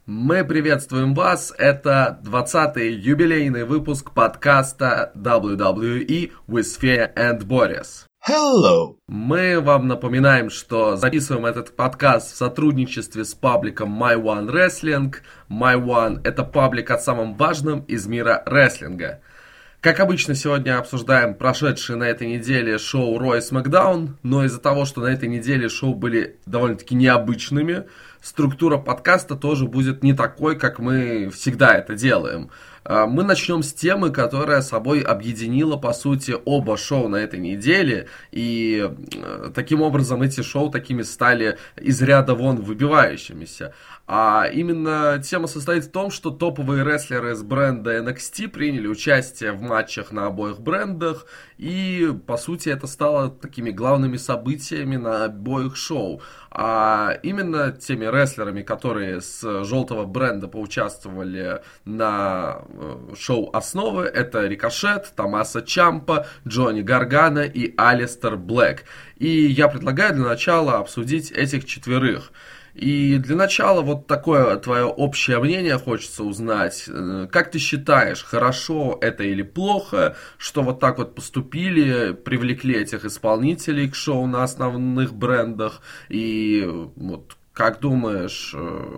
Мы приветствуем вас. Это 20-й юбилейный выпуск подкаста WWE with Fear and Boris. Hello! Мы вам напоминаем, что записываем этот подкаст в сотрудничестве с пабликом My One Wrestling. My One — это паблик о самом важном из мира рестлинга. Как обычно, сегодня обсуждаем прошедшие на этой неделе шоу Raw и SmackDown, но из-за того, что на этой неделе шоу были довольно-таки необычными, структура подкаста тоже будет не такой, как мы всегда это делаем. Мы начнем с темы, которая собой объединила, по сути, оба шоу на этой неделе, и таким образом эти шоу такими стали из ряда вон выбивающимися. А именно тема состоит в том, что топовые рестлеры с бренда NXT приняли участие в матчах на обоих брендах, и, по сути, это стало такими главными событиями на обоих шоу. А именно теми рестлерами, которые с желтого бренда поучаствовали на шоу «Основы», это Рикошет, Томмасо Ciampa, Джонни Гаргано и Алистер Блэк. И я предлагаю для начала обсудить этих четверых. И для начала вот такое твое общее мнение хочется узнать. Как ты считаешь, хорошо это или плохо, что вот так вот поступили, привлекли этих исполнителей к шоу на основных брендах? И вот как думаешь,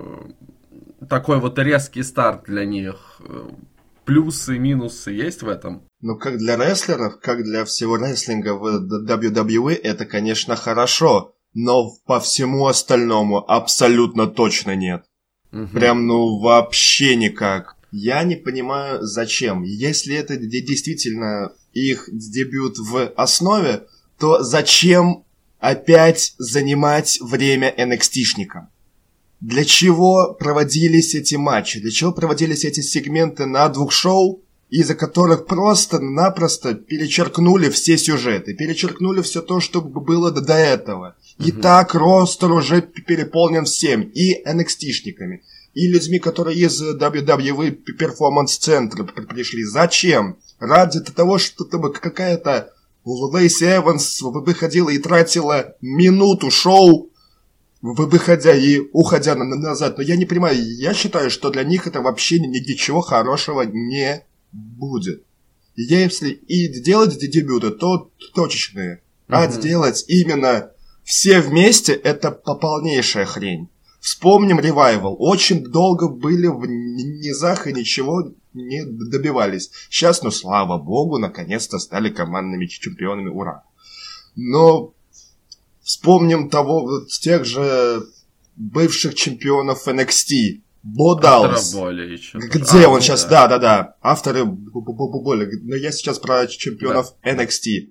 такой вот резкий старт для них, плюсы и минусы есть в этом? Ну, как для рестлеров, как для всего рестлинга в WWE, это, конечно, хорошо. Но по всему остальному абсолютно точно нет. Прям, вообще никак. Я не понимаю, зачем. Если это действительно их дебют в основе, то зачем опять занимать время NXT-шникам? Для чего проводились эти матчи? Для чего проводились эти сегменты на двух шоу, из-за которых просто-напросто перечеркнули все сюжеты, перечеркнули все то, что было до этого. И так ростер уже переполнен всем, и NXT-шниками, и людьми, которые из WWE перформанс-центра пришли. Зачем? Ради того, чтобы какая-то Лэйси Эванс выходила и тратила минуту шоу, выходя и уходя назад. Но я не понимаю, я считаю, что для них это вообще ничего хорошего не будет. Если и делать дебюты, то точечные. А делать именно все вместе, это полнейшая хрень. Вспомним Ревайвал. Очень долго были в низах и ничего не добивались. Сейчас, слава богу, наконец-то стали командными чемпионами. Ура! Но вспомним тех же бывших чемпионов NXT. Бо Даллас. Где он сейчас? Да. Авторы боли. Но я сейчас про чемпионов NXT.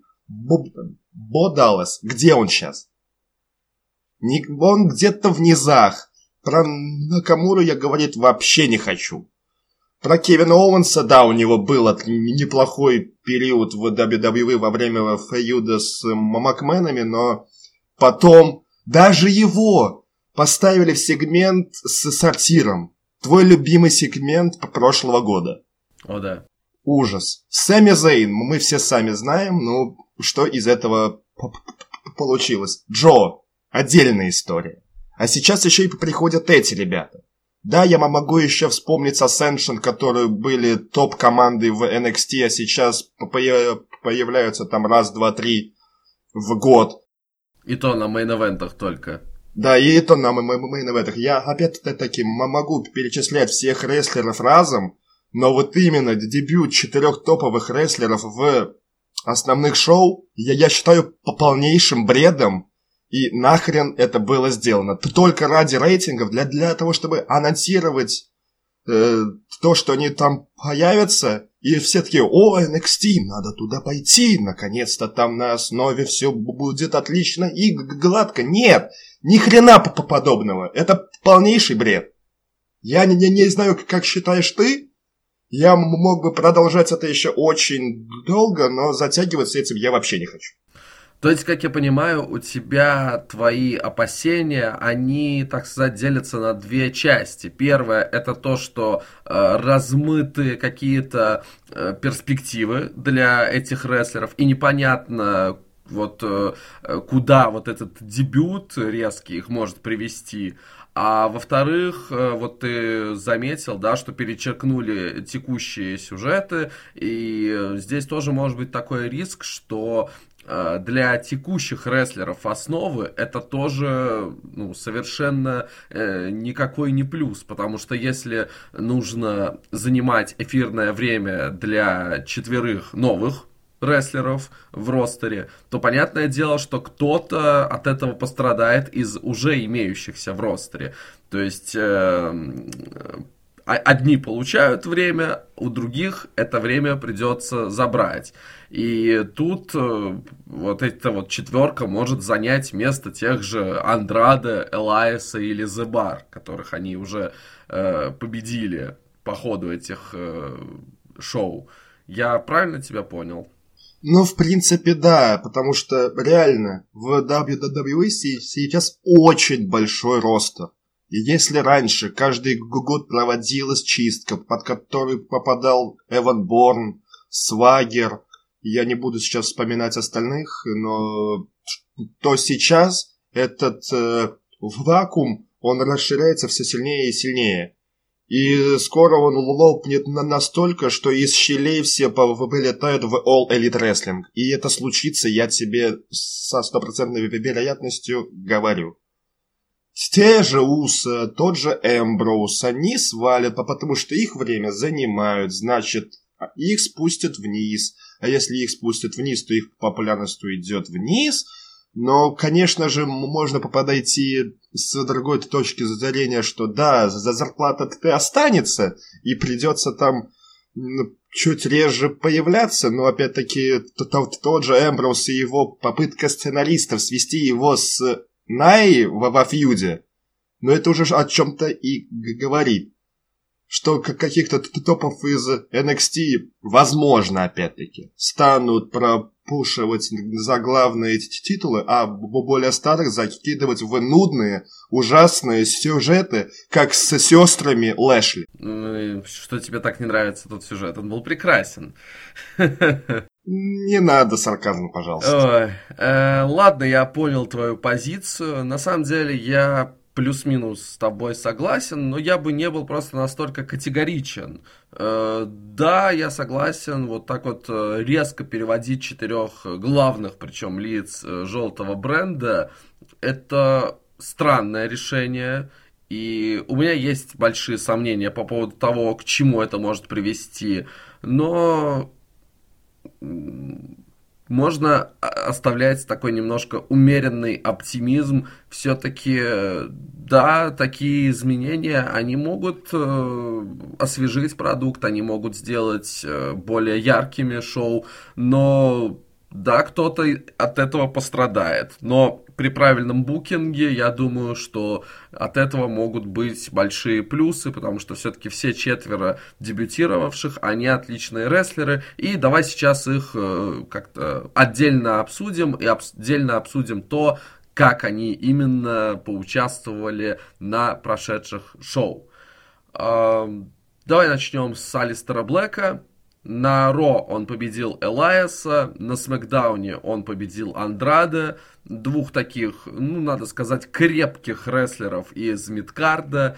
Бо Даллас. Где он сейчас? Он где-то в низах. Про Накамуру я говорить вообще не хочу. Про Кевина Оуэнса, да, у него был неплохой период в WWE во время фьюда с Макменами, но потом даже его поставили в сегмент с Сортиром. Твой любимый сегмент прошлого года. О, да. Ужас. Сами Зейн, мы все сами знаем, что из этого получилось. Джо. Отдельная история. А сейчас еще и приходят эти ребята. Да, я могу еще вспомнить Ascension, которые были топ-командой в NXT, а сейчас появляются там раз, два, три в год. И то на мейн-эвентах только. Да, и это на мейн-эвентах. Я опять-таки могу перечислять всех рестлеров разом, но вот именно дебют 4 топовых рестлеров в основных шоу я считаю полнейшим бредом. И нахрен это было сделано? Только ради рейтингов, для того, чтобы анонсировать то, что они там появятся. И все такие: о, NXT, надо туда пойти. Наконец-то там на основе все будет отлично и гладко. Нет, ни хрена подобного. Это полнейший бред. Я не знаю, как считаешь ты. Я мог бы продолжать это еще очень долго, но затягивать с этим я вообще не хочу. То есть, как я понимаю, у тебя твои опасения, они, так сказать, делятся на две части. Первое — это то, что размыты какие-то перспективы для этих рестлеров, и непонятно, куда вот этот дебют резкий их может привести. А во-вторых, вот ты заметил, да, что перечеркнули текущие сюжеты, и здесь тоже может быть такой риск, что для текущих рестлеров основы это тоже совершенно никакой не плюс, потому что если нужно занимать эфирное время для 4 новых рестлеров в ростере, то понятное дело, что кто-то от этого пострадает из уже имеющихся в ростере. То есть одни получают время, у других это время придется забрать. И тут вот эта вот четверка может занять место тех же Андраде, Элайаса или The Bar, которых они уже победили по ходу этих шоу. Я правильно тебя понял? Ну, в принципе, да, потому что реально в WWE сейчас очень большой ростер. И если раньше каждый год проводилась чистка, под которую попадал Эван Борн, Свагер, я не буду сейчас вспоминать остальных, но то сейчас этот вакуум, он расширяется все сильнее и сильнее. И скоро он лопнет настолько, что из щелей все вылетают в All Elite Wrestling. И это случится, я тебе со 100% вероятностью говорю. Те же Уса, тот же Эмброуз, они свалят, потому что их время занимают, значит, их спустят вниз. А если их спустят вниз, то их популярность уйдет вниз. Но, конечно же, можно подойти с другой точки зрения, что да, за зарплата-то останется, и придется там чуть реже появляться, но опять-таки тот же Эмброуз и его попытка сценаристов свести его с Най во фьюде, но это уже о чем-то и говорит. Что каких-то топов из NXT, возможно, опять-таки, станут пропушивать за главные титулы, а более старых закидывать в нудные, ужасные сюжеты, как с сестрами Лэшли. Ну, что тебе так не нравится тот сюжет? Он был прекрасен. Не надо сарказма, пожалуйста. Ладно, я понял твою позицию. На самом деле, я плюс-минус с тобой согласен, но я бы не был просто настолько категоричен. Да, я согласен, вот так вот резко переводить 4 главных, причем лиц желтого бренда, это странное решение. И у меня есть большие сомнения по поводу того, к чему это может привести. Но можно оставлять такой немножко умеренный оптимизм. Все-таки, да, такие изменения, они могут освежить продукт, они могут сделать более яркими шоу, но да, кто-то от этого пострадает. Но при правильном букинге, я думаю, что от этого могут быть большие плюсы, потому что все-таки все 4 дебютировавших, они отличные рестлеры, и давай сейчас их как-то отдельно обсудим, и отдельно обсудим то, как они именно поучаствовали на прошедших шоу. Давай начнем с Алистера Блэка. На Ро он победил Элайаса, на Смэкдауне он победил Андраде, 2 таких, надо сказать, крепких рестлеров из мидкарда.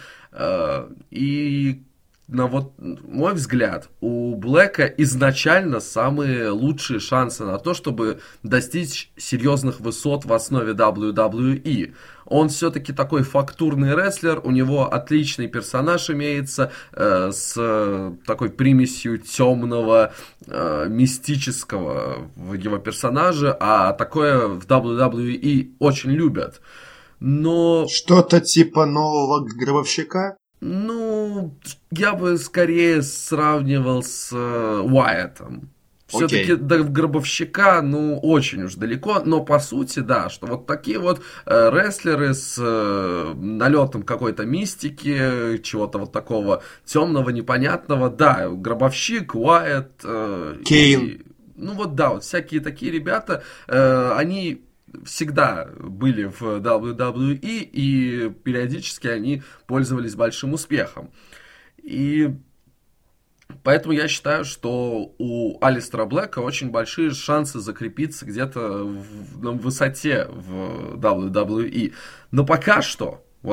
И на вот мой взгляд, у Блэка изначально самые лучшие шансы на то, чтобы достичь серьезных высот в основе WWE. Он все-таки такой фактурный рестлер, у него отличный персонаж имеется, с такой примесью темного, мистического в его персонаже, а такое в WWE очень любят. Но... Что-то типа нового Гробовщика? Я бы скорее сравнивал с Уайетом. Все-таки до Гробовщика, очень уж далеко, но по сути, да, что вот такие вот рестлеры с налетом какой-то мистики, чего-то вот такого темного, непонятного, да, Гробовщик, Уайет, Кейн. Вот всякие такие ребята, они всегда были в WWE, и периодически они пользовались большим успехом. И поэтому я считаю, что у Алистера Блэка очень большие шансы закрепиться где-то на высоте в WWE. Но пока что, вот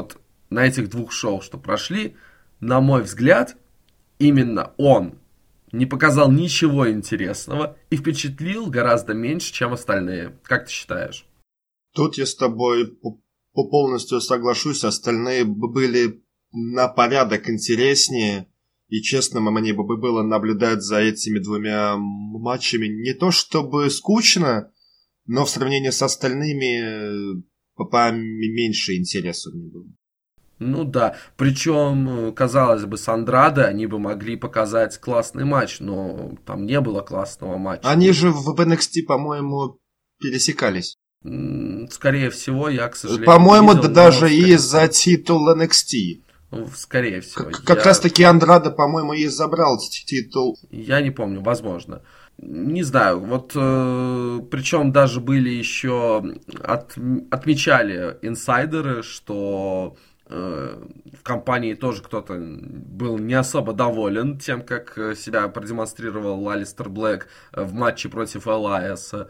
на этих двух шоу, что прошли, на мой взгляд, именно он не показал ничего интересного и впечатлил гораздо меньше, чем остальные. Как ты считаешь? Тут я с тобой полностью соглашусь. Остальные были на порядок интереснее. И честно, мне бы было наблюдать за этими двумя матчами не то чтобы скучно, но в сравнении с остальными поменьше интереса мне было. Ну да, причем, казалось бы, с Андрадо они бы могли показать классный матч, но там не было классного матча. Они же в NXT, по-моему, пересекались. Скорее всего, я, к сожалению, по-моему, не видел, даже и за титул NXT. Скорее всего. Как раз таки Андрадо, по-моему, и забрал титул. Я не помню, возможно. Не знаю, вот причем даже были еще отмечали инсайдеры, что в компании тоже кто-то был не особо доволен тем, как себя продемонстрировал Алистер Блэк в матче против Элайаса.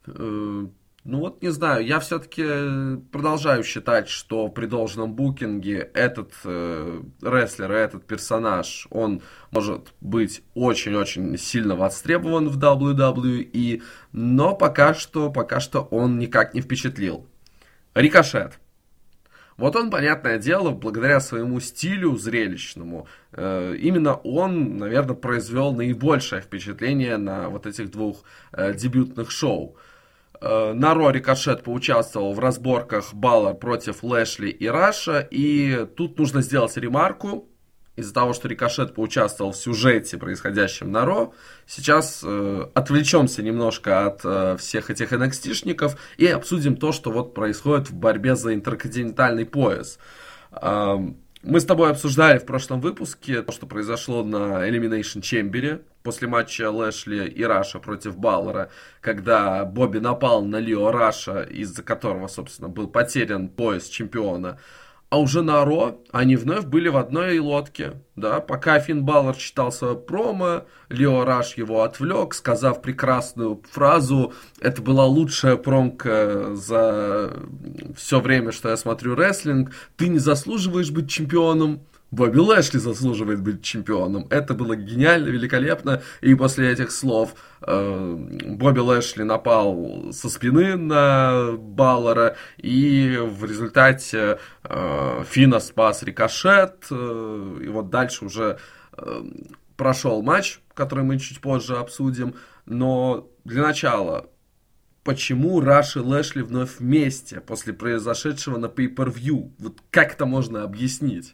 Ну вот, не знаю, я все-таки продолжаю считать, что при должном букинге этот рестлер, этот персонаж, он может быть очень-очень сильно востребован в WWE, но пока что он никак не впечатлил. Рикошет. Вот он, понятное дело, благодаря своему стилю зрелищному, именно он, наверное, произвел наибольшее впечатление на вот этих двух дебютных шоу. На Ро Рикошет поучаствовал в разборках Баллар против Лэшли и Раша, и тут нужно сделать ремарку. Из-за того, что Рикошет поучаствовал в сюжете, происходящем на Ро, сейчас отвлечемся немножко от всех этих NXT-шников и обсудим то, что вот происходит в борьбе за интерконтинентальный пояс. Мы с тобой обсуждали в прошлом выпуске то, что произошло на Elimination Chamber после матча Лэшли и Раша против Баллара, когда Бобби напал на Лио Раша, из-за которого, собственно, был потерян пояс чемпиона. А уже на Ро они вновь были в одной лодке. Да? Пока Финн Баллар читал свое промо, Лио Раш его отвлек, сказав прекрасную фразу: «Это была лучшая промка за все время, что я смотрю рестлинг. Ты не заслуживаешь быть чемпионом. Бобби Лэшли заслуживает быть чемпионом». Это было гениально, великолепно. И после этих слов Бобби Лэшли напал со спины на Баллара, и в результате Финна спас Рикошет. И вот дальше уже прошел матч, который мы чуть позже обсудим. Но для начала, почему Раш и Лэшли вновь вместе после произошедшего на Pay-Per-View? Вот как это можно объяснить?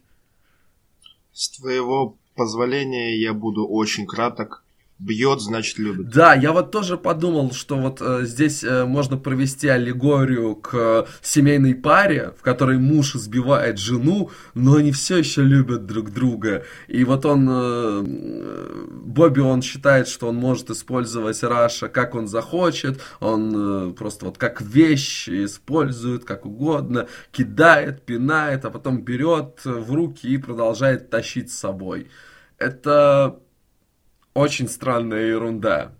С твоего позволения я буду очень краток. Бьет, значит любит. Да, я вот тоже подумал, что вот здесь можно провести аллегорию к семейной паре, в которой муж избивает жену, но они все еще любят друг друга. И вот Бобби, он считает, что он может использовать Раша как он захочет, он просто вот как вещь использует, как угодно, кидает, пинает, а потом берет в руки и продолжает тащить с собой. Это очень странная ерунда.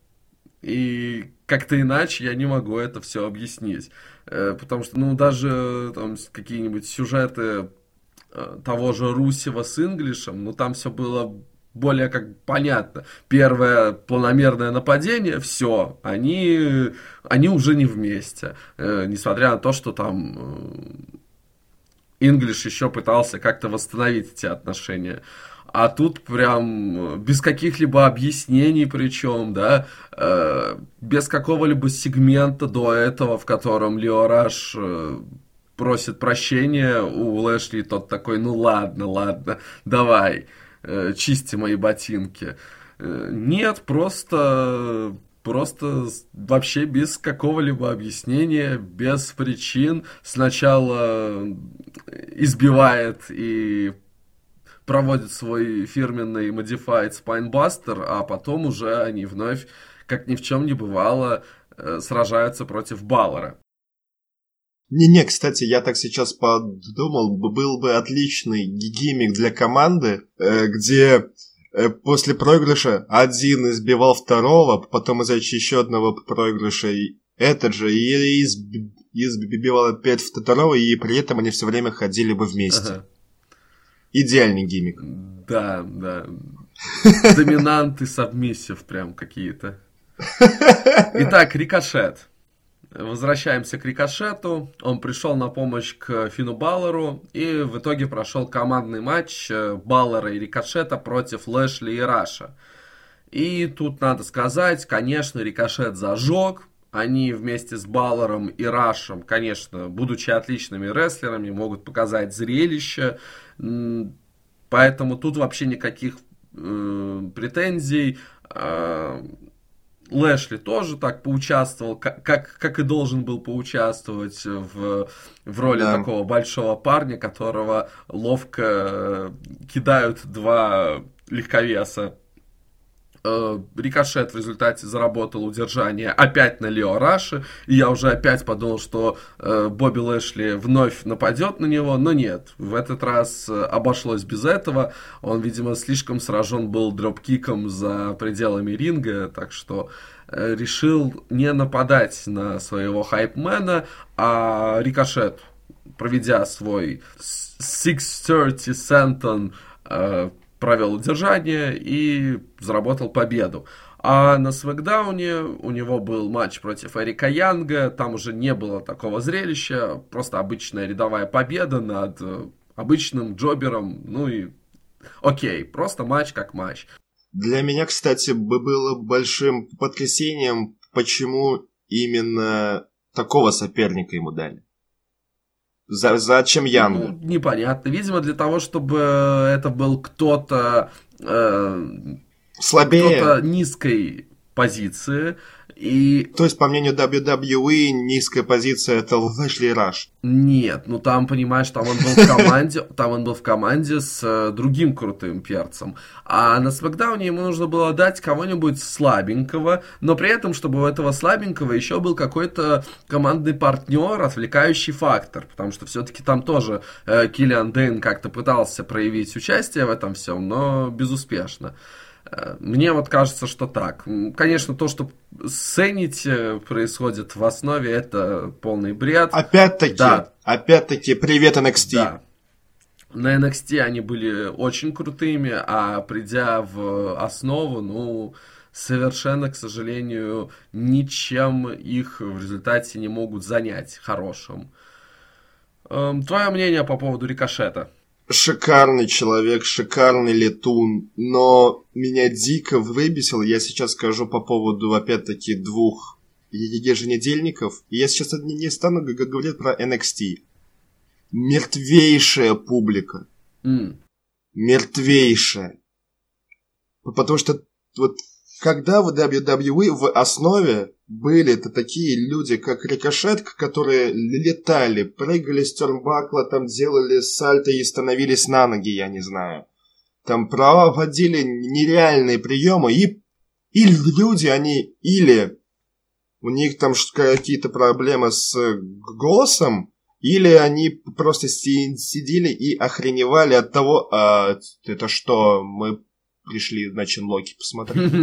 И как-то иначе я не могу это все объяснить. Потому что, даже там какие-нибудь сюжеты того же Русева с Инглишем, там все было более как понятно. Первое планомерное нападение, все, они уже не вместе. Несмотря на то, что там Инглиш еще пытался как-то восстановить эти отношения. А тут прям без каких-либо объяснений причем, да, без какого-либо сегмента до этого, в котором Лио Раш просит прощения у Лэшли, и тот такой: ну ладно, давай, чисти мои ботинки. Нет, просто вообще без какого-либо объяснения, без причин. Сначала избивает и проводит свой фирменный Modified Spinebuster, а потом уже они вновь, как ни в чем не бывало, сражаются против Баллара. Не, кстати, я так сейчас подумал, был бы отличный гиммик для команды, где после проигрыша один избивал второго, потом из-за еще одного проигрыша этот же и избивал опять второго, и при этом они все время ходили бы вместе. Ага. Идеальный гиммик. Да, да. Доминанты, сабмиссив прям какие-то. Итак, Рикошет. Возвращаемся к Рикошету. Он пришел на помощь к Финну Балору и в итоге прошел командный матч Балора и Рикошета против Лэшли и Раша. И тут надо сказать, конечно, Рикошет зажег. Они вместе с Балором и Рашем, конечно, будучи отличными рестлерами, могут показать зрелище. Поэтому тут вообще никаких претензий. Лэшли тоже так поучаствовал, как и должен был поучаствовать в роли такого большого парня, которого ловко кидают два легковеса. Рикошет в результате заработал удержание опять на Лео Раши, и я уже опять подумал, что Бобби Лэшли вновь нападет на него, но нет, в этот раз обошлось без этого. Он, видимо, слишком сражен был дропкиком за пределами ринга, так что решил не нападать на своего хайпмена, а Рикошет, проведя свой 630 сентон, провел удержание и заработал победу. А на Смэкдауне у него был матч против Эрика Янга. Там уже не было такого зрелища. Просто обычная рядовая победа над обычным джобером. Ну и окей, просто матч как матч. Для меня, кстати, было большим потрясением, почему именно такого соперника ему дали. Зачем Янгу? Ну, непонятно. Видимо, для того, чтобы это был кто-то слабее, кто-то низкой позиции. И... То есть, по мнению WWE, низкая позиция это Лэшли и Раш. Нет, ну там, понимаешь, там он был в команде с другим крутым перцем. А на Смэкдауне ему нужно было дать кого-нибудь слабенького, но при этом, чтобы у этого слабенького еще был какой-то командный партнер, отвлекающий фактор. Потому что все-таки там тоже Киллиан Дэйн как-то пытался проявить участие в этом всем, но безуспешно. Мне вот кажется, что так. Конечно, то, что с Sanity происходит в основе, это полный бред. Опять-таки, привет NXT. Да. На NXT они были очень крутыми, а придя в основу, ну, совершенно, к сожалению, ничем их в результате не могут занять хорошим. Твое мнение по поводу Рикошета? Шикарный человек, шикарный летун, но меня дико выбесил, я сейчас скажу по поводу, опять-таки, 2 еженедельников, и я сейчас не стану говорить про NXT. Мертвейшая публика. Мертвейшая. Потому что вот когда в WWE в основе были-то такие люди, как Рикошет, которые летали, прыгали с тернбакла, там делали сальто и становились на ноги, я не знаю. Там проводили нереальные приемы, и люди, они или у них там какие-то проблемы с голосом, или они просто сидели и охреневали от того, это что, мы пришли на Чинлоки посмотреть.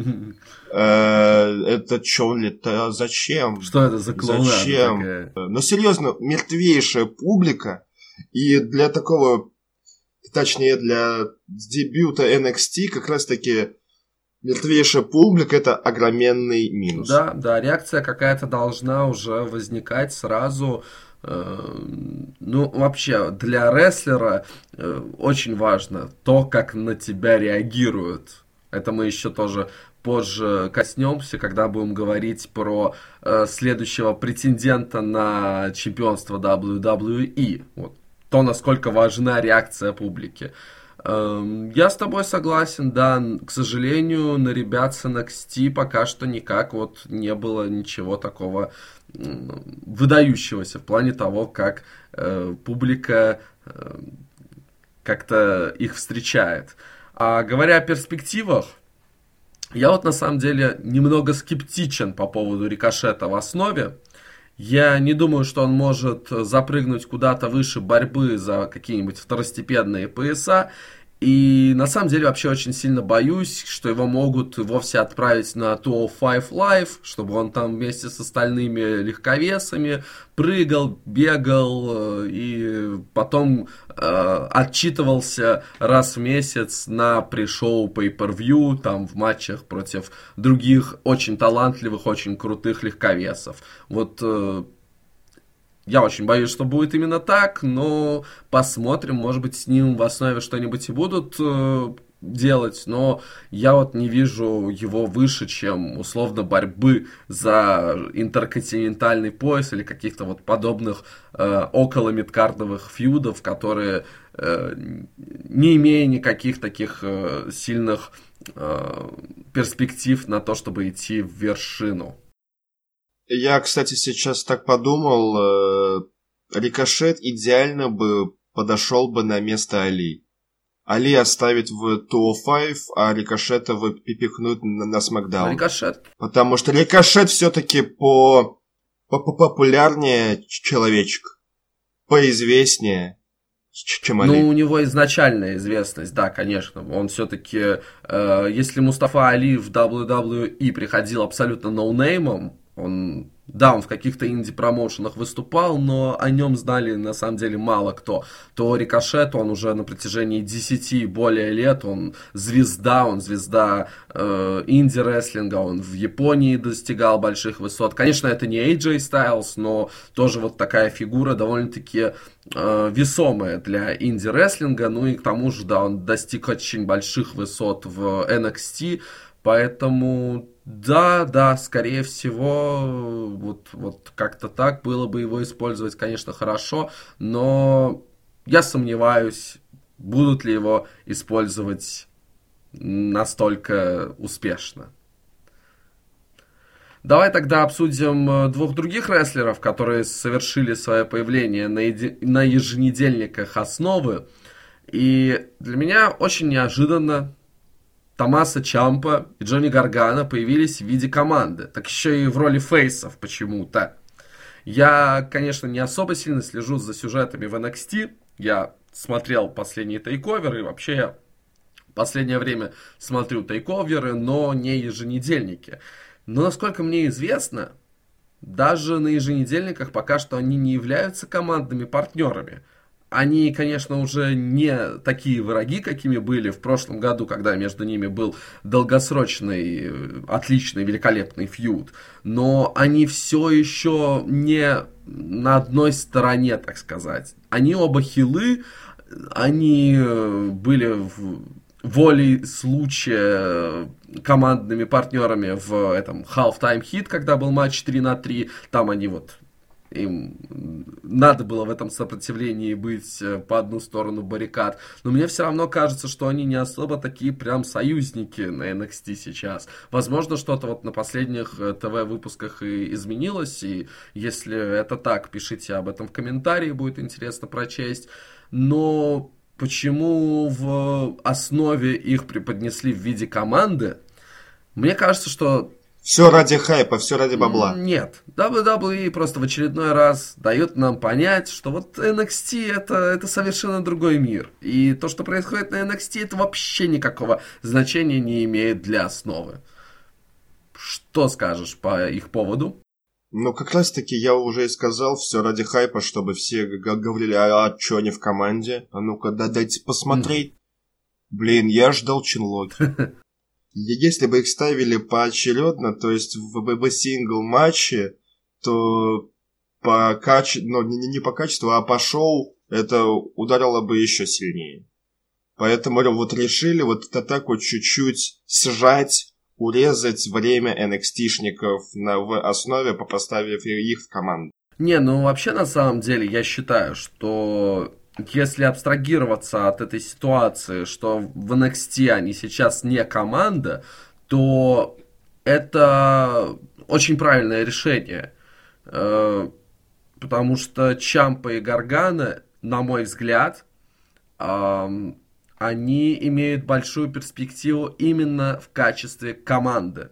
Это что, это зачем? Что это за клоунада зачем? Такая? Ну, серьезно, мертвейшая публика. И для такого, точнее, для дебюта NXT как раз-таки мертвейшая публика — это огроменный минус. Да, да, реакция какая-то должна уже возникать сразу. Ну, вообще, для рестлера очень важно то, как на тебя реагируют. Это мы еще тоже позже коснемся, когда будем говорить про следующего претендента на чемпионство WWE. Вот. То, насколько важна реакция публики. Я с тобой согласен, да, к сожалению, на ребят с NXT пока что никак вот не было ничего такого выдающегося в плане того, как публика как-то их встречает. А говоря о перспективах, я вот на самом деле немного скептичен по поводу Рикошета в основе. Я не думаю, что он может запрыгнуть куда-то выше борьбы за какие-нибудь второстепенные пояса. И на самом деле вообще очень сильно боюсь, что его могут вовсе отправить на 205 Live, чтобы он там вместе с остальными легковесами прыгал, бегал и потом отчитывался раз в месяц на пришоу Pay-Per-View, там в матчах против других очень талантливых, очень крутых легковесов. Вот я очень боюсь, что будет именно так, но посмотрим, может быть, с ним в основе что-нибудь и будут делать, но я вот не вижу его выше, чем условно борьбы за интерконтинентальный пояс или каких-то вот подобных около мидкардовых фьюдов, которые, не имея никаких таких сильных перспектив на то, чтобы идти в вершину. Я, кстати, сейчас так подумал, Рикошет идеально бы подошел бы на место Али. Али оставить в 205, а Рикошета выпихнуть на Смакдаун. Рикошет. Потому что Рикошет все-таки популярнее человечек, поизвестнее, чем Али. Ну, у него изначальная известность, да, конечно. Он все-таки, если Мустафа Али в WWE приходил абсолютно ноунеймом, он в каких-то инди-промоушенах выступал, но о нем знали на самом деле мало кто. То Рикошет, он уже на протяжении 10 и более лет, он звезда инди-рестлинга, он в Японии достигал больших высот. Конечно, это не AJ Styles, но тоже вот такая фигура довольно-таки весомая для инди-рестлинга, ну и к тому же, да, он достиг очень больших высот в NXT, поэтому... Да, скорее всего, вот как-то так было бы его использовать, конечно, хорошо, но я сомневаюсь, будут ли его использовать настолько успешно. Давай тогда обсудим двух других рестлеров, которые совершили свое появление на еженедельниках основы. И для меня очень неожиданно Томмасо Чампа и Джонни Гаргано появились в виде команды. Так еще и в роли фейсов почему-то. Я, конечно, не особо сильно слежу за сюжетами в NXT. Я смотрел последние тейковеры. И вообще я в последнее время смотрю тейковеры, но не еженедельники. Но, насколько мне известно, даже на еженедельниках пока что они не являются командными партнерами. Они, конечно, уже не такие враги, какими были в прошлом году, когда между ними был долгосрочный, отличный, великолепный фьюд. Но они все еще не на одной стороне, так сказать. Они оба хилы, они были волей случая командными партнерами в этом Halftime Hit, когда был матч 3-3. Там они им надо было в этом сопротивлении быть по одну сторону баррикад. Но мне все равно кажется, что они не особо такие прям союзники на NXT сейчас. Возможно, что-то на последних ТВ-выпусках и изменилось. И если это так, пишите об этом в комментарии, будет интересно прочесть. Но почему в основе их преподнесли в виде команды? Мне кажется, что... Все ради хайпа, все ради бабла. Нет, WWE просто в очередной раз дает нам понять, что вот NXT это совершенно другой мир. И то, что происходит на NXT, это вообще никакого значения не имеет для основы. Что скажешь по их поводу? Ну, как раз таки я уже и сказал, все ради хайпа, чтобы все говорили, а чё они в команде? А ну-ка, дайте посмотреть. Блин, я ждал Чинлоки. Если бы их ставили поочередно, то есть в сингл-матче, то не по качеству, а по шоу это ударило бы еще сильнее. Поэтому решили так чуть-чуть сжать, урезать время NXT-шников в основе, поставив их в команду. Не, ну вообще на самом деле я считаю, что... Если абстрагироваться от этой ситуации, что в NXT они сейчас не команда, то это очень правильное решение. Потому что Чампа и Гаргано, на мой взгляд, они имеют большую перспективу именно в качестве команды.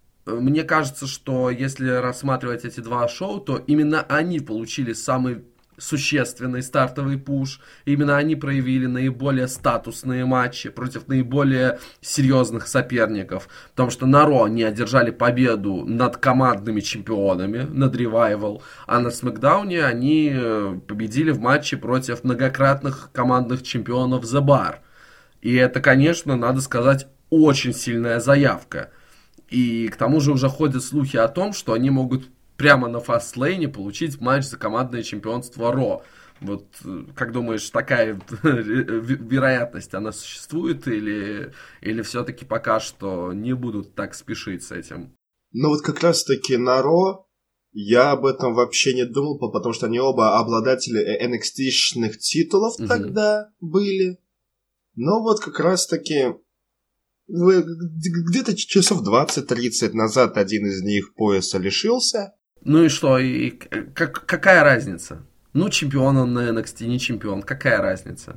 Мне кажется, что если рассматривать эти два шоу, то именно они получили самый существенный стартовый пуш. Именно они проявили наиболее статусные матчи против наиболее серьезных соперников. Потому что на Ро они одержали победу над командными чемпионами, над Revival, а на Смакдауне они победили в матче против многократных командных чемпионов The Bar. И это, конечно, надо сказать, очень сильная заявка. И к тому же уже ходят слухи о том, что они могут прямо на фастлейне получить матч за командное чемпионство Ро. Вот, как думаешь, такая вероятность, она существует или все-таки пока что не будут так спешить с этим? Ну вот как раз-таки на Ро я об этом вообще не думал, потому что они оба обладатели NXT-шных титулов тогда были. Но вот как раз-таки где-то часов 20-30 назад один из них пояса лишился. Ну и что? И какая разница? Ну, чемпион он на NXT, не чемпион. Какая разница?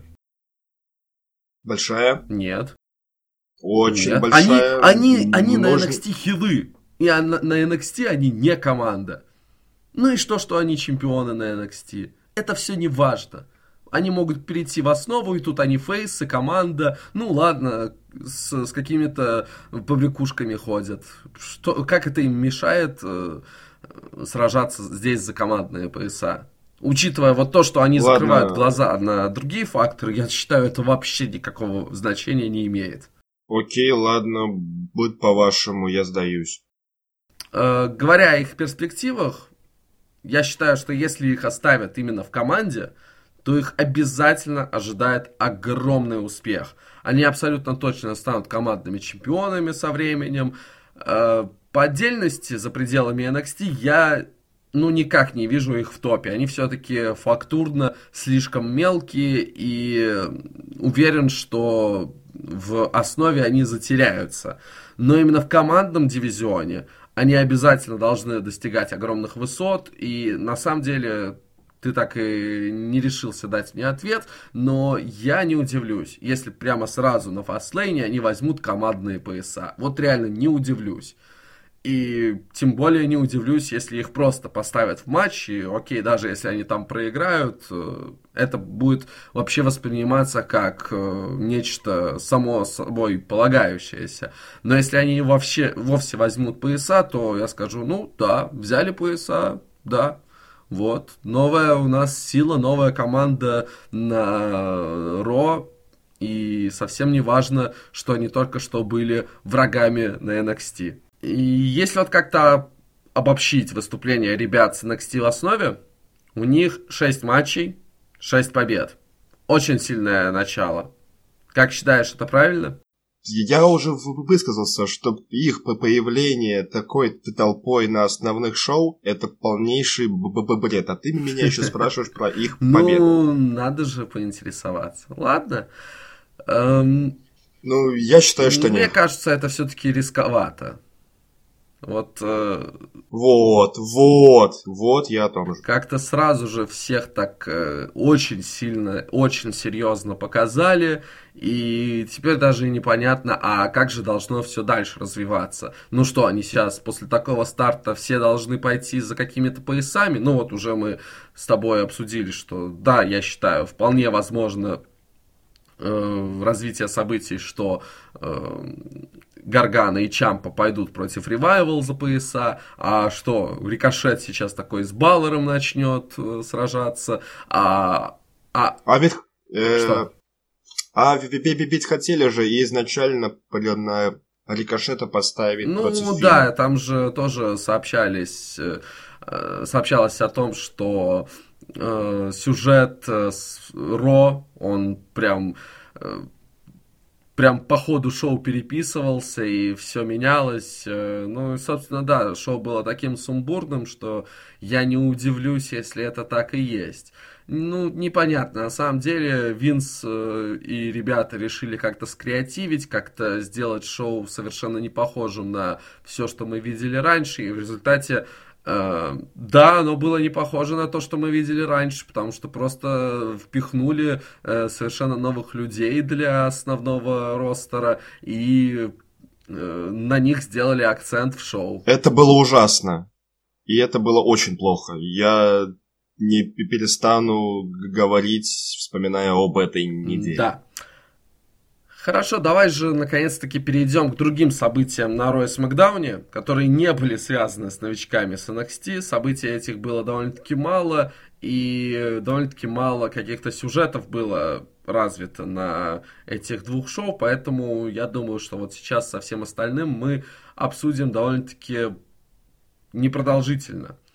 Большая? Нет. Очень Нет. большая. Они на NXT хилы. И на NXT они не команда. Ну и что они чемпионы на NXT? Это все не важно. Они могут перейти в основу, и тут они фейсы, команда. Ну ладно, с какими-то побрякушками ходят. Как это им мешает сражаться здесь за командные пояса? Учитывая вот то, что они закрывают глаза на другие факторы, я считаю, это вообще никакого значения не имеет. Окей, ладно, будет по-вашему, я сдаюсь. Говоря о их перспективах, я считаю, что если их оставят именно в команде, то их обязательно ожидает огромный успех. Они абсолютно точно станут командными чемпионами со временем. По отдельности, за пределами NXT, я никак не вижу их в топе. Они все-таки фактурно слишком мелкие, и уверен, что в основе они затеряются. Но именно в командном дивизионе они обязательно должны достигать огромных высот, и на самом деле ты так и не решился дать мне ответ, но я не удивлюсь, если прямо сразу на фастлейне они возьмут командные пояса. Вот реально не удивлюсь. И тем более не удивлюсь, если их просто поставят в матч, и окей, даже если они там проиграют, это будет вообще восприниматься как нечто само собой полагающееся. Но если они вовсе возьмут пояса, то я скажу, ну да, взяли пояса, да. Вот, новая у нас сила, новая команда на Ро, и совсем не важно, что они только что были врагами на NXT. И если вот как-то обобщить выступления ребят с NXT в основе, у них 6 матчей, 6 побед. Очень сильное начало. Как считаешь, это правильно? Я уже высказался, что их появление такой толпой на основных шоу — это полнейший бред. А ты меня еще спрашиваешь про их победу. Ну, надо же поинтересоваться. Ладно. Ну, я считаю, что нет. Мне кажется, это все-таки рисковато. Вот я о том же. Как-то сразу же всех так очень сильно, очень серьезно показали, и теперь даже непонятно, а как же должно все дальше развиваться. Ну что, они сейчас после такого старта все должны пойти за какими-то поясами? Ну вот уже мы с тобой обсудили, что да, я считаю, вполне возможно развитие событий, что Гаргана и Чампа пойдут против Revival за пояса, а что Рикошет сейчас такой с Баллером начнет сражаться, ведь хотели же изначально на Рикошета поставить против Фина. Ну да, там же тоже сообщалось о том, что сюжет с Ро, он прям по ходу шоу переписывался, и все менялось. Ну, и, собственно, да, шоу было таким сумбурным, что я не удивлюсь, если это так и есть. Ну, непонятно. На самом деле, Винс и ребята решили как-то скреативить, как-то сделать шоу совершенно не похожим на все, что мы видели раньше, и в результате да, оно было не похоже на то, что мы видели раньше, потому что просто впихнули совершенно новых людей для основного ростера и на них сделали акцент в шоу. Это было ужасно. И это было очень плохо. Я не перестану говорить, вспоминая об этой неделе. Да. Хорошо, давай же наконец-таки перейдем к другим событиям на Raw и SmackDown, которые не были связаны с новичками с NXT. Событий этих было довольно-таки мало, и довольно-таки мало каких-то сюжетов было развито на этих двух шоу, поэтому я думаю, что вот сейчас со всем остальным мы обсудим довольно-таки непродолжительно.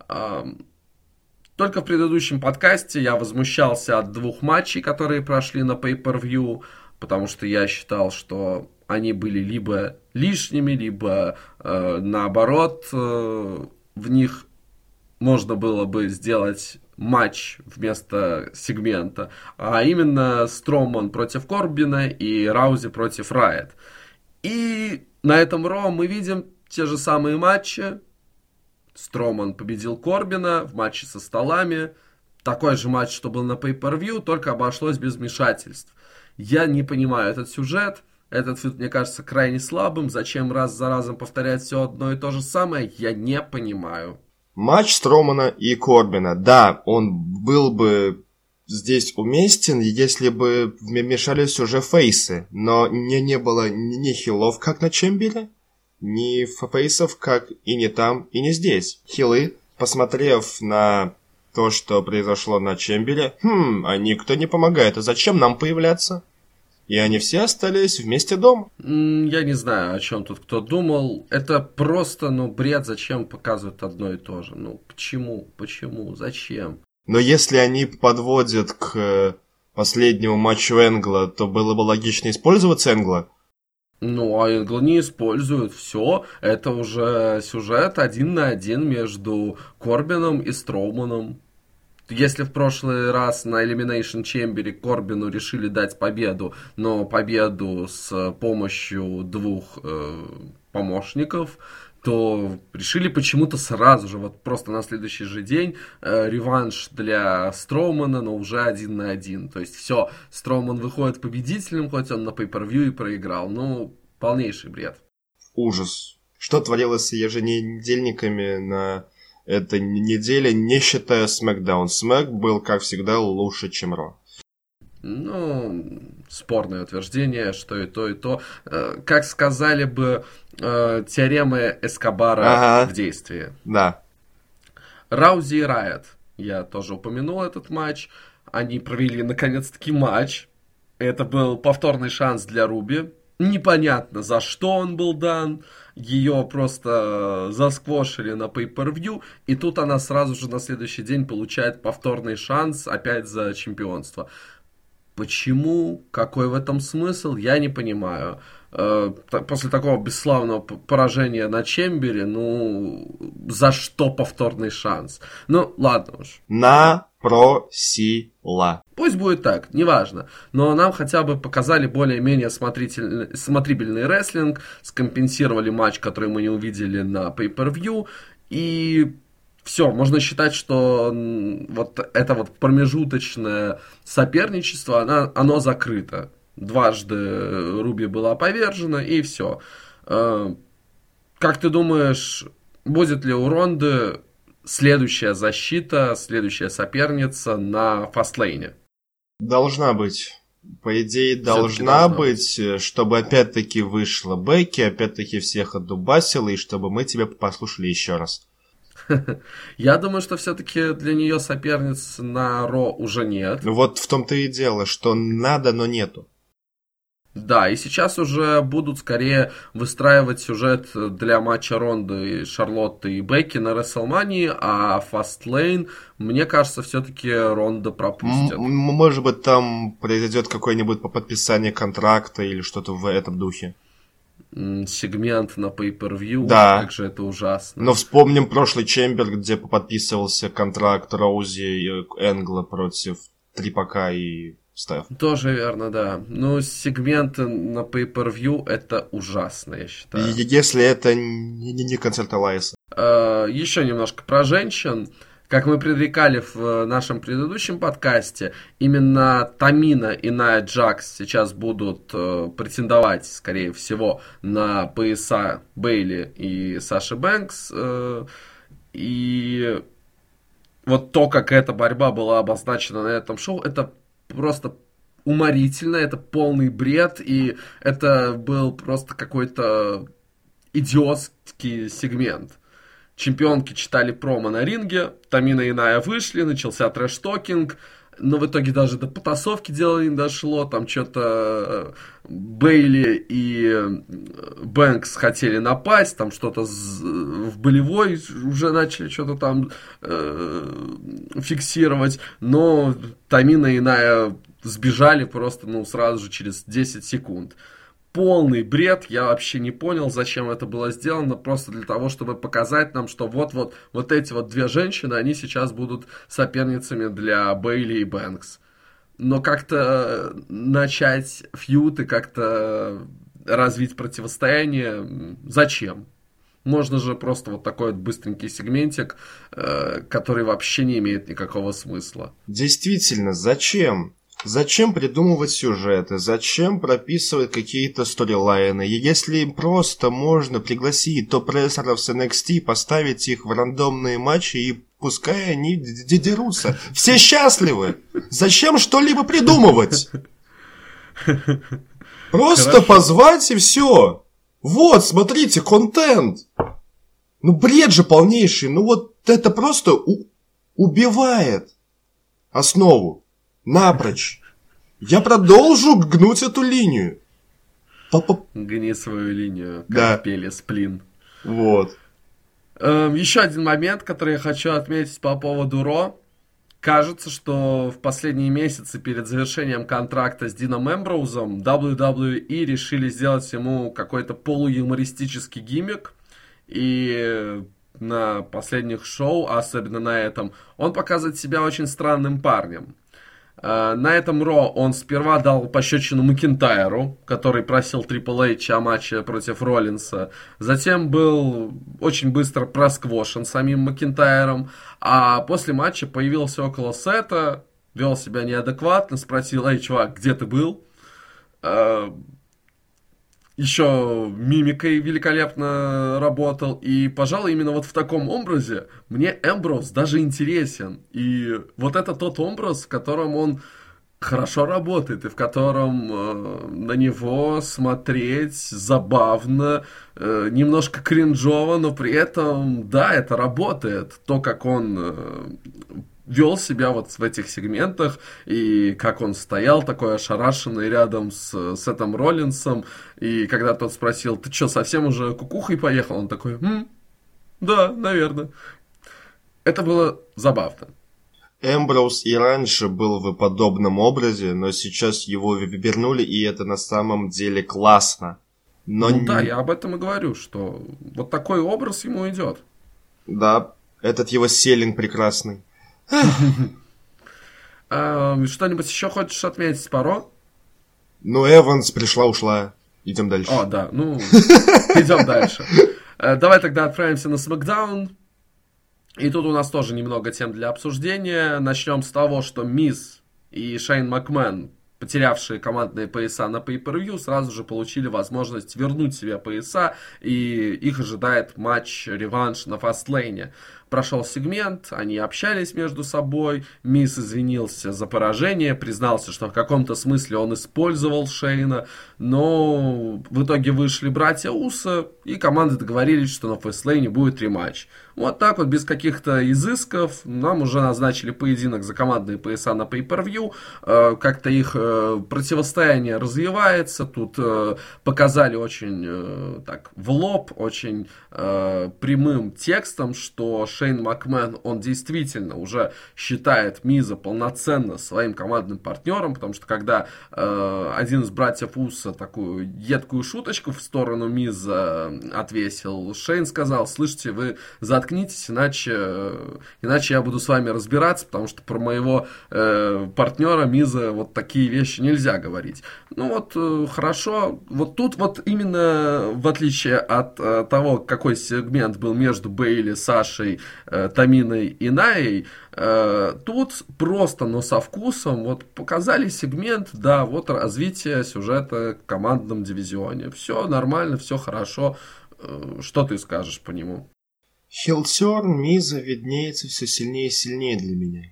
Только в предыдущем подкасте я возмущался от двух матчей, которые прошли на Pay-Per-View, потому что я считал, что они были либо лишними, либо наоборот, в них можно было бы сделать матч вместо сегмента, а именно Строман против Корбина и Раузи против Райт. И на этом Ро мы видим те же самые матчи. Строман победил Корбина в матче со столами. Такой же матч, что был на Pay-Per-View, только обошлось без вмешательств. Я не понимаю этот сюжет. Этот фьюд мне кажется крайне слабым. Зачем раз за разом повторять все одно и то же самое, я не понимаю. Матч Стромана и Корбина. Да, он был бы здесь уместен, если бы вмешались уже фейсы. Но не было ни хилов, как на Чембере, ни фейсов, как и не там, и не здесь. Хилы, посмотрев на то, что произошло на Чембере, а никто не помогает, а зачем нам появляться? И они все остались вместе дома. Я не знаю, о чем тут кто думал. Это просто, бред, зачем показывают одно и то же. Почему, зачем? Но если они подводят к последнему матчу Энгла, то было бы логично использовать Энгла. А Энгла не используют. Все, это уже сюжет 1 на 1 между Корбином и Строуманом. Если в прошлый раз на Elimination Chamber Корбину решили дать победу, но победу с помощью двух помощников, то решили почему-то сразу же, вот просто на следующий же день, реванш для Строумана, но уже 1 на 1. То есть все, Строуман выходит победителем, хоть он на Pay-Per-View и проиграл. Полнейший бред. Ужас. Что творилось с еженедельниками на этой неделе, не считая SmackDown. Смэк был, как всегда, лучше, чем Ро. Спорное утверждение, что и то, и то. Как сказали бы, теоремы Эскобара в действии. Да. Раузи и Райт. Я тоже упомянул этот матч. Они провели, наконец-таки, матч. Это был повторный шанс для Руби. Непонятно, за что он был дан. Ее просто засквошили на Pay-Per-View. И тут она сразу же на следующий день получает повторный шанс опять за чемпионство. Почему? Какой в этом смысл? Я не понимаю. После такого бесславного поражения на Чембере, за что повторный шанс? Ладно уж. Напросила. Пусть будет так, неважно. Но нам хотя бы показали более-менее смотрибельный рестлинг, скомпенсировали матч, который мы не увидели на Pay-Per-View, и все, можно считать, что вот это вот промежуточное соперничество, оно закрыто. Дважды Руби была повержена, и все. Как ты думаешь, будет ли у Ронды следующая защита, следующая соперница на Фастлейне? Должна быть. По идее, должна быть, чтобы опять-таки вышла Бекки, опять-таки всех отдубасила, и чтобы мы тебя послушали еще раз. Я думаю, что все-таки для нее соперниц на Ро уже нет. Вот в том-то и дело, что надо, но нету. Да, и сейчас уже будут скорее выстраивать сюжет для матча Ронды, Шарлотты и Бекки на WrestleMania, а Fastlane, мне кажется, все-таки Ронда пропустят. Может быть, там произойдет какое-нибудь подписание контракта или что-то в этом духе. Сегмент на Pay-Per-View, да. Как же это ужасно. Но вспомним прошлый Чембер, где подписывался контракт Роузи и Энгла против Трипака и Стеф. Тоже верно, да. Сегменты на Pay-Per-View это ужасно, я считаю. Если это не концерт Алайса. Еще немножко про женщин. Как мы предрекали в нашем предыдущем подкасте, именно Тамина и Найя Джакс сейчас будут претендовать, скорее всего, на пояса Бейли и Саши Бэнкс. И вот то, как эта борьба была обозначена на этом шоу, это просто уморительно, это полный бред, и это был просто какой-то идиотский сегмент. Чемпионки читали промо на ринге, Тамина и Ная вышли, начался трэш-токинг, но в итоге даже до потасовки дело не дошло, там что-то Бейли и Бэнкс хотели напасть, там что-то в болевой уже начали что-то там фиксировать, но Тамина и Ная сбежали просто, ну, сразу же через 10 секунд. Полный бред, я вообще не понял, зачем это было сделано, просто для того, чтобы показать нам, что вот эти вот две женщины, они сейчас будут соперницами для Бейли и Бэнкс. Но как-то начать фьюд и как-то развить противостояние, зачем? Можно же просто вот такой вот быстренький сегментик, который вообще не имеет никакого смысла. Действительно, зачем? Зачем придумывать сюжеты? Зачем прописывать какие-то сторилайны? И если им просто можно пригласить топ-рестлеров с NXT, поставить их в рандомные матчи и пускай они дерутся. Все счастливы! Зачем что-либо придумывать? Просто Хорошо. позвать и все. Вот, смотрите, контент. Ну, бред же полнейший. Ну, вот это просто убивает основу. Напрочь. Я продолжу гнуть эту линию. Гни свою линию, как Да. пели Сплин. Вот. Еще один момент, который я хочу отметить по поводу Ро. Кажется, что в последние месяцы перед завершением контракта с Дином Эмброузом WWE решили сделать ему какой-то полуюмористический гиммик. И на последних шоу, особенно на этом, он показывает себя очень странным парнем. На этом Ро он сперва дал пощечину Макинтайру, который просил Triple H о матче против Роллинса. Затем был очень быстро просквошен самим Макинтайром. А после матча появился около сета, вел себя неадекватно, спросил: «Эй, чувак, где ты был?» Еще мимикой великолепно работал. И, пожалуй, именно вот в таком образе мне Эмброуз даже интересен. И вот это тот образ, в котором он хорошо работает, и в котором на него смотреть забавно, немножко кринжово, но при этом, да, это работает. То, как он вел себя вот в этих сегментах, и как он стоял такой ошарашенный рядом с Сетом Роллинсом, и когда тот спросил: «Ты что, совсем уже кукухой поехал?» Он такой: «Да, наверное». Это было забавно. Эмброуз и раньше был в подобном образе, но сейчас его вернули, и это на самом деле классно. Но Ну да, я об этом и говорю, что вот такой образ ему идет. Да, этот его селлинг прекрасный. Что-нибудь еще хочешь отметить по Ро? Ну, Эванс пришла-ушла. Идем дальше. О, да, ну, идем дальше. Давай тогда отправимся на SmackDown. И тут у нас тоже немного тем для обсуждения. Начнем с того, что Миз и Шейн Макмен, потерявшие командные пояса на Pay-Per-View, сразу же получили возможность вернуть себе пояса, и их ожидает матч-реванш на Фастлейне. Прошел сегмент, они общались между собой, Миз извинился за поражение, признался, что в каком-то смысле он использовал Шейна, но в итоге вышли братья Усо, и команды договорились, что на Фастлейне будет рематч. Вот так вот, без каких-то изысков, нам уже назначили поединок за командные пояса на Pay-Per-View, как-то их противостояние развивается, тут показали очень так в лоб, очень прямым текстом, что Шейн Макмен, он действительно уже считает Миза полноценно своим командным партнером, потому что когда один из братьев Усо такую едкую шуточку в сторону Миза отвесил, Шейн сказал: «Слышите, вы заткнитесь, иначе я буду с вами разбираться, потому что про моего партнера Миза вот такие вещи нельзя говорить». Ну вот, хорошо, вот тут вот именно в отличие от того, какой сегмент был между Бейли, Сашей, Таминой и Наей, тут просто, но со вкусом, вот показали сегмент, да, вот развитие сюжета в командном дивизионе. Все нормально, все хорошо. Что ты скажешь по нему? Хилтерн Миза виднеется все сильнее и сильнее для меня.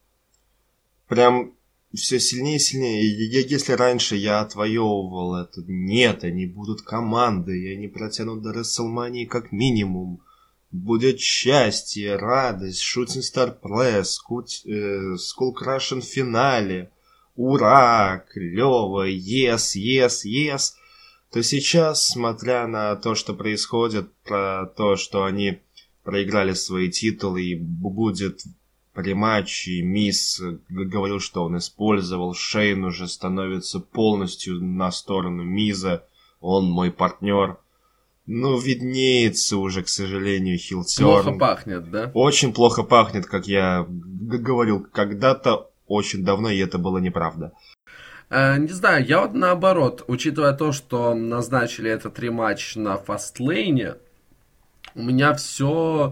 Прям все сильнее и сильнее. Если раньше я отвоевывал это, нет, они будут командой, и они протянут до Рестлмании как минимум. Будет счастье, радость, Shooting Star Press, Skull Crushing в финале. Ура, клево, yes, yes, yes. То сейчас, смотря на то, что происходит, про то, что они проиграли свои титулы и будет рематч, и Мисс говорил, что он использовал, Шейн уже становится полностью на сторону Миза, он мой партнер. Ну, виднеется уже, к сожалению, хилтерн. Плохо пахнет, да? Очень плохо пахнет, как я говорил когда-то, очень давно, и это было неправда. Не знаю, я вот наоборот, учитывая то, что назначили этот рематч на Фастлейне, у меня все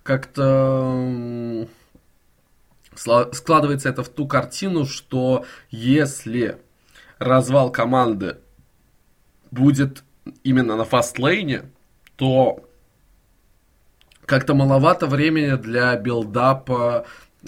как-то складывается это в ту картину, что если развал команды будет именно на Фастлейне, то как-то маловато времени для билдапа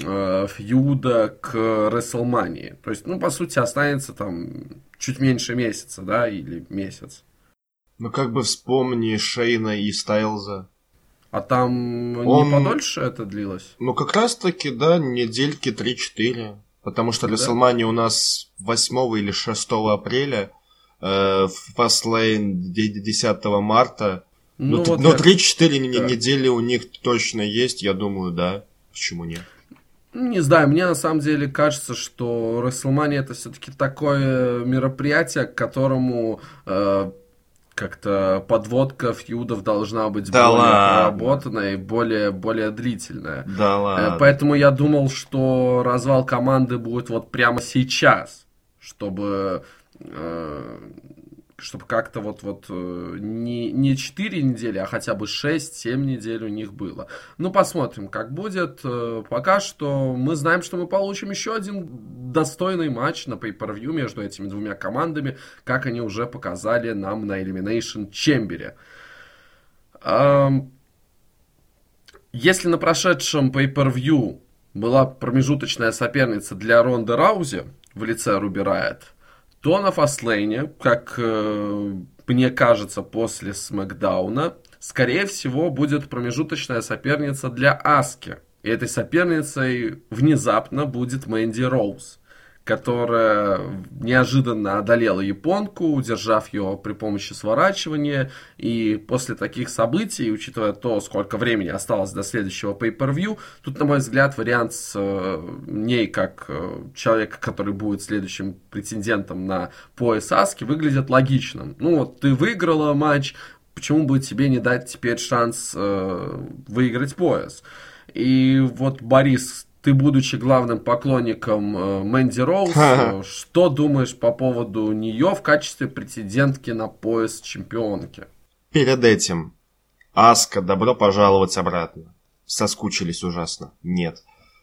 фьюда к Рестлмании. То есть, ну, по сути, останется там чуть меньше месяца, да, или месяц. Ну, как бы вспомни Шейна и Стайлза. А там не подольше это длилось? Ну, как раз-таки, да, недельки 3-4. Потому что Рестлмания у нас 8 или 6 апреля, Fastlane 10 марта. Ну, но вот 3-4 недели у них точно есть, я думаю, да. Почему нет? Не знаю, мне на самом деле кажется, что WrestleMania это все-таки такое мероприятие, к которому как-то подводка фьюдов должна быть более проработанная и более длительная. Да ладно. Поэтому я думал, что развал команды будет вот прямо сейчас, чтобы как-то вот не 4 недели, а хотя бы 6-7 недель у них было. Ну, посмотрим, как будет. Пока что мы знаем, что мы получим еще один достойный матч на Pay-Per-View между этими двумя командами, как они уже показали нам на Elimination Chamber. Если на прошедшем Pay-Per-View была промежуточная соперница для Ронды Раузи в лице Руби Райот, то на Фастлейне, как мне кажется, после Смэкдауна, скорее всего, будет промежуточная соперница для Аски. И этой соперницей внезапно будет Мэнди Роуз, которая неожиданно одолела японку, удержав ее при помощи сворачивания. И после таких событий, учитывая то, сколько времени осталось до следующего Pay-Per-View, тут, на мой взгляд, вариант с ней, как человека, который будет следующим претендентом на пояс Аски, выглядит логичным. Ну вот, ты выиграла матч, почему бы тебе не дать теперь шанс выиграть пояс? И вот, Борис, ты, будучи главным поклонником Мэнди Роуз, что думаешь по поводу нее в качестве претендентки на пояс чемпионки? Перед этим, Аска, добро пожаловать обратно. Соскучились ужасно. Нет.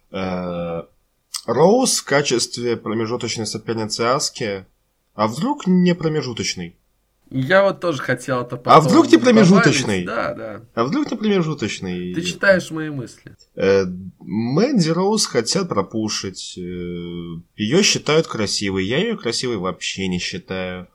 Роуз в качестве промежуточной соперницы Аски, а вдруг не промежуточный? Я вот тоже хотел это потом. А вдруг не промежуточный? Да. А вдруг не промежуточный? Ты читаешь мои мысли. Мэнди Роуз хотят пропушить. Ее считают красивой. Я ее красивой вообще не считаю.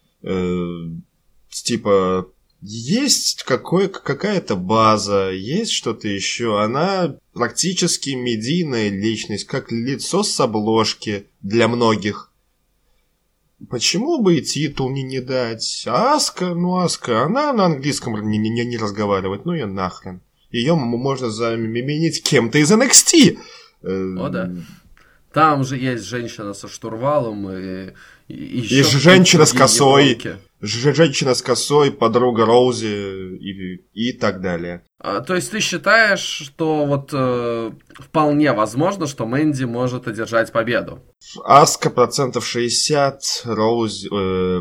Типа, есть какая-то база, есть что-то еще. Она практически медийная личность, как лицо с обложки для многих. Почему бы и титул не дать? А Аска, она на английском не разговаривает, ну ее нахрен. Ее можно заменить кем-то из NXT. О, да. Там же есть женщина со штурвалом и женщина с косой. Женщина с косой, подруга Роузи и так далее. То есть ты считаешь, что вот вполне возможно, что Мэнди может одержать победу? Аска 60%, Роуз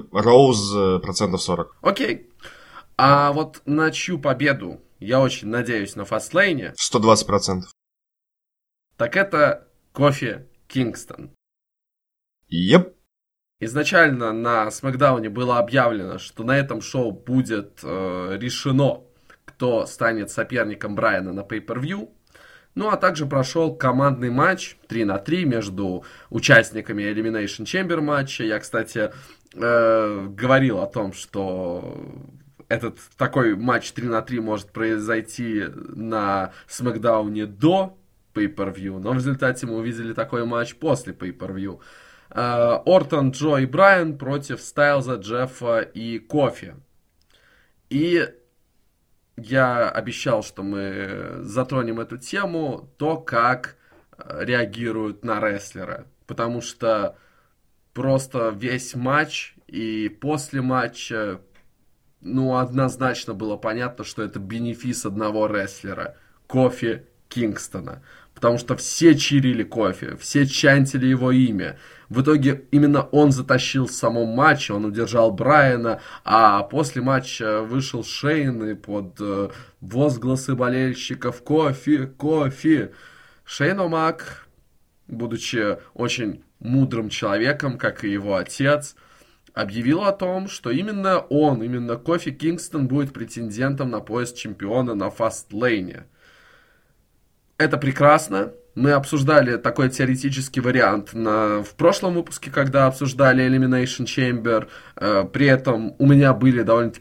40%. Окей. А вот на чью победу я очень надеюсь на Фастлейне? 120%. Так это Кофи Кингстон. Yep. Изначально на Смэкдауне было объявлено, что на этом шоу будет решено, кто станет соперником Брайана на Pay-Per-View. Ну, а также прошел командный матч 3-3 между участниками Elimination Chamber матча. Я, кстати, говорил о том, что этот такой матч 3-3 может произойти на Смакдауне до Pay-Per-View, но в результате мы увидели такой матч после Pay-Per-View. Ортон, Джо и Брайан против Стайлза, Джеффа и Кофи. И я обещал, что мы затронем эту тему, то, как реагируют на рестлера. Потому что просто весь матч и после матча, однозначно было понятно, что это бенефис одного рестлера. Кофи Кингстона. Потому что все чирили Кофи, все чантили его имя. В итоге именно он затащил в самом матче, он удержал Брайана, а после матча вышел Шейн и под возгласы болельщиков «Кофи! Кофи!». Шейн О'Мак, будучи очень мудрым человеком, как и его отец, объявил о том, что именно он, именно Кофи Кингстон будет претендентом на пояс чемпиона на Фастлейне. Это прекрасно. Мы обсуждали такой теоретический вариант в прошлом выпуске, когда обсуждали Elimination Chamber. При этом у меня были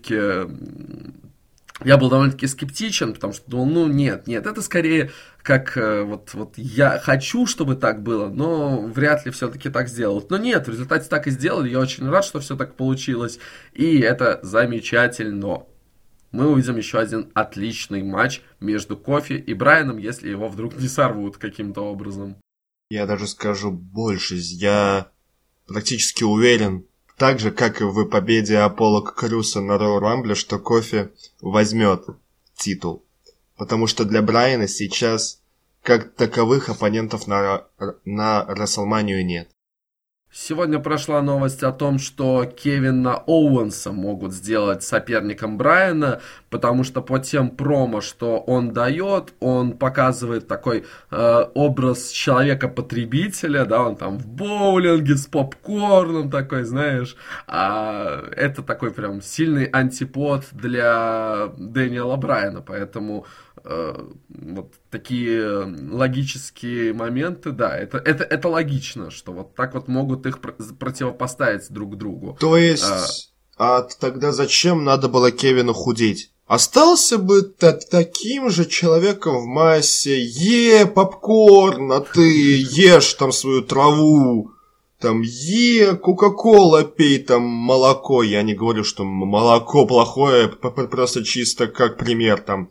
я был довольно-таки скептичен, потому что думал, нет, это скорее как вот я хочу, чтобы так было, но вряд ли все-таки так сделают. Но нет, в результате так и сделали. Я очень рад, что все так получилось. И это замечательно. Мы увидим еще один отличный матч между Кофи и Брайаном, если его вдруг не сорвут каким-то образом. Я даже скажу больше. Я практически уверен, так же, как и в победе Аполло Крюса на Роял Рамбле, что Кофи возьмет титул. Потому что для Брайана сейчас, как таковых, оппонентов на Расселманию нет. Сегодня прошла новость о том, что Кевина Оуэнса могут сделать соперником Брайана, потому что по тем промо, что он дает, он показывает такой образ человека-потребителя, да, он там в боулинге с попкорном такой, знаешь, это такой прям сильный антипод для Дэниела Брайана, поэтому вот такие логические моменты, да, это логично, что вот так вот могут их противопоставить друг другу. То есть, тогда зачем надо было Кевину худеть? Остался бы таким же человеком в массе. Попкорн, а ты ешь там свою траву. Там кока-кола пей, там молоко. Я не говорю, что молоко плохое, просто чисто как пример там.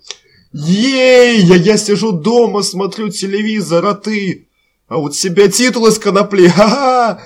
Я сижу дома, смотрю телевизор, а у тебя титул из конопли, ха-ха!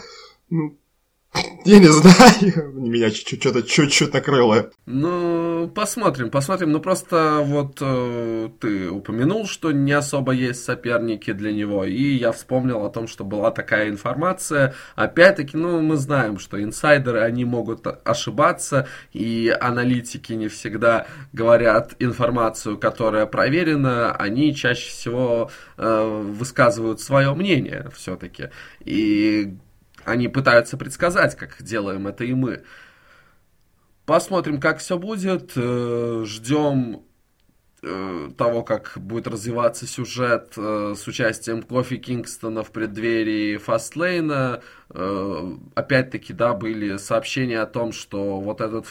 Я не знаю, меня что-то чуть-чуть накрыло. Посмотрим. Просто вот ты упомянул, что не особо есть соперники для него, и я вспомнил о том, что была такая информация. Опять-таки, мы знаем, что инсайдеры, они могут ошибаться, и аналитики не всегда говорят информацию, которая проверена, они чаще всего высказывают свое мнение все-таки. И они пытаются предсказать, как делаем это и мы. Посмотрим, как все будет. Ждем того, как будет развиваться сюжет с участием Кофи Кингстона в преддверии Фастлейна. Опять-таки, да, были сообщения о том, что вот этот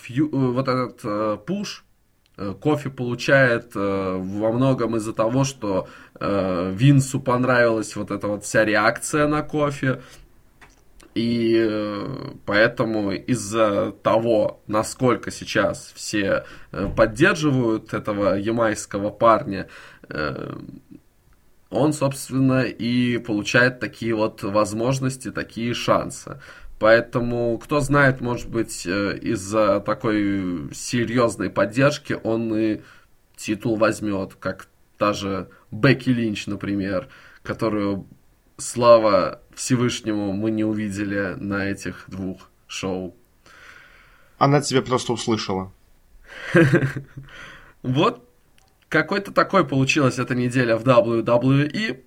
пуш Кофи получает во многом из-за того, что Винсу понравилась вот эта вот вся реакция на Кофи. И поэтому из-за того, насколько сейчас все поддерживают этого ямайского парня, он, собственно, и получает такие вот возможности, такие шансы. Поэтому, кто знает, может быть, из-за такой серьезной поддержки он и титул возьмет, как та же Бекки Линч, например, которую, слава Всевышнему, мы не увидели на этих двух шоу. Она тебя просто услышала. Вот какой-то такой получилась эта неделя в WWE.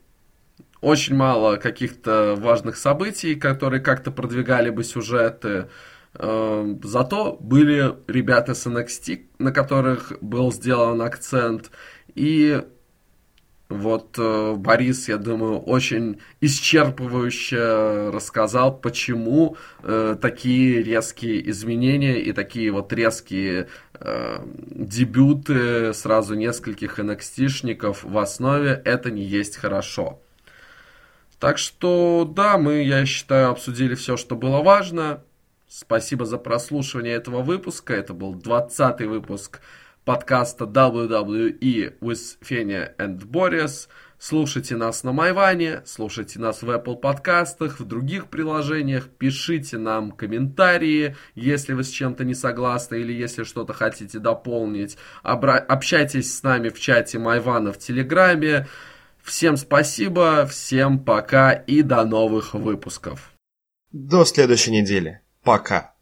Очень мало каких-то важных событий, которые как-то продвигали бы сюжеты. Зато были ребята с NXT, на которых был сделан акцент. И вот Борис, я думаю, очень исчерпывающе рассказал, почему такие резкие изменения и такие вот резкие дебюты сразу нескольких NXT-шников в основе это не есть хорошо. Так что, да, я считаю, обсудили все, что было важно. Спасибо за прослушивание этого выпуска. Это был 20-й выпуск подкаста WWE with Fenia and Boris. Слушайте нас на Майване, слушайте нас в Apple подкастах, в других приложениях, пишите нам комментарии, если вы с чем-то не согласны или если что-то хотите дополнить. Общайтесь с нами в чате Майвана в Телеграме. Всем спасибо, всем пока и до новых выпусков. До следующей недели. Пока.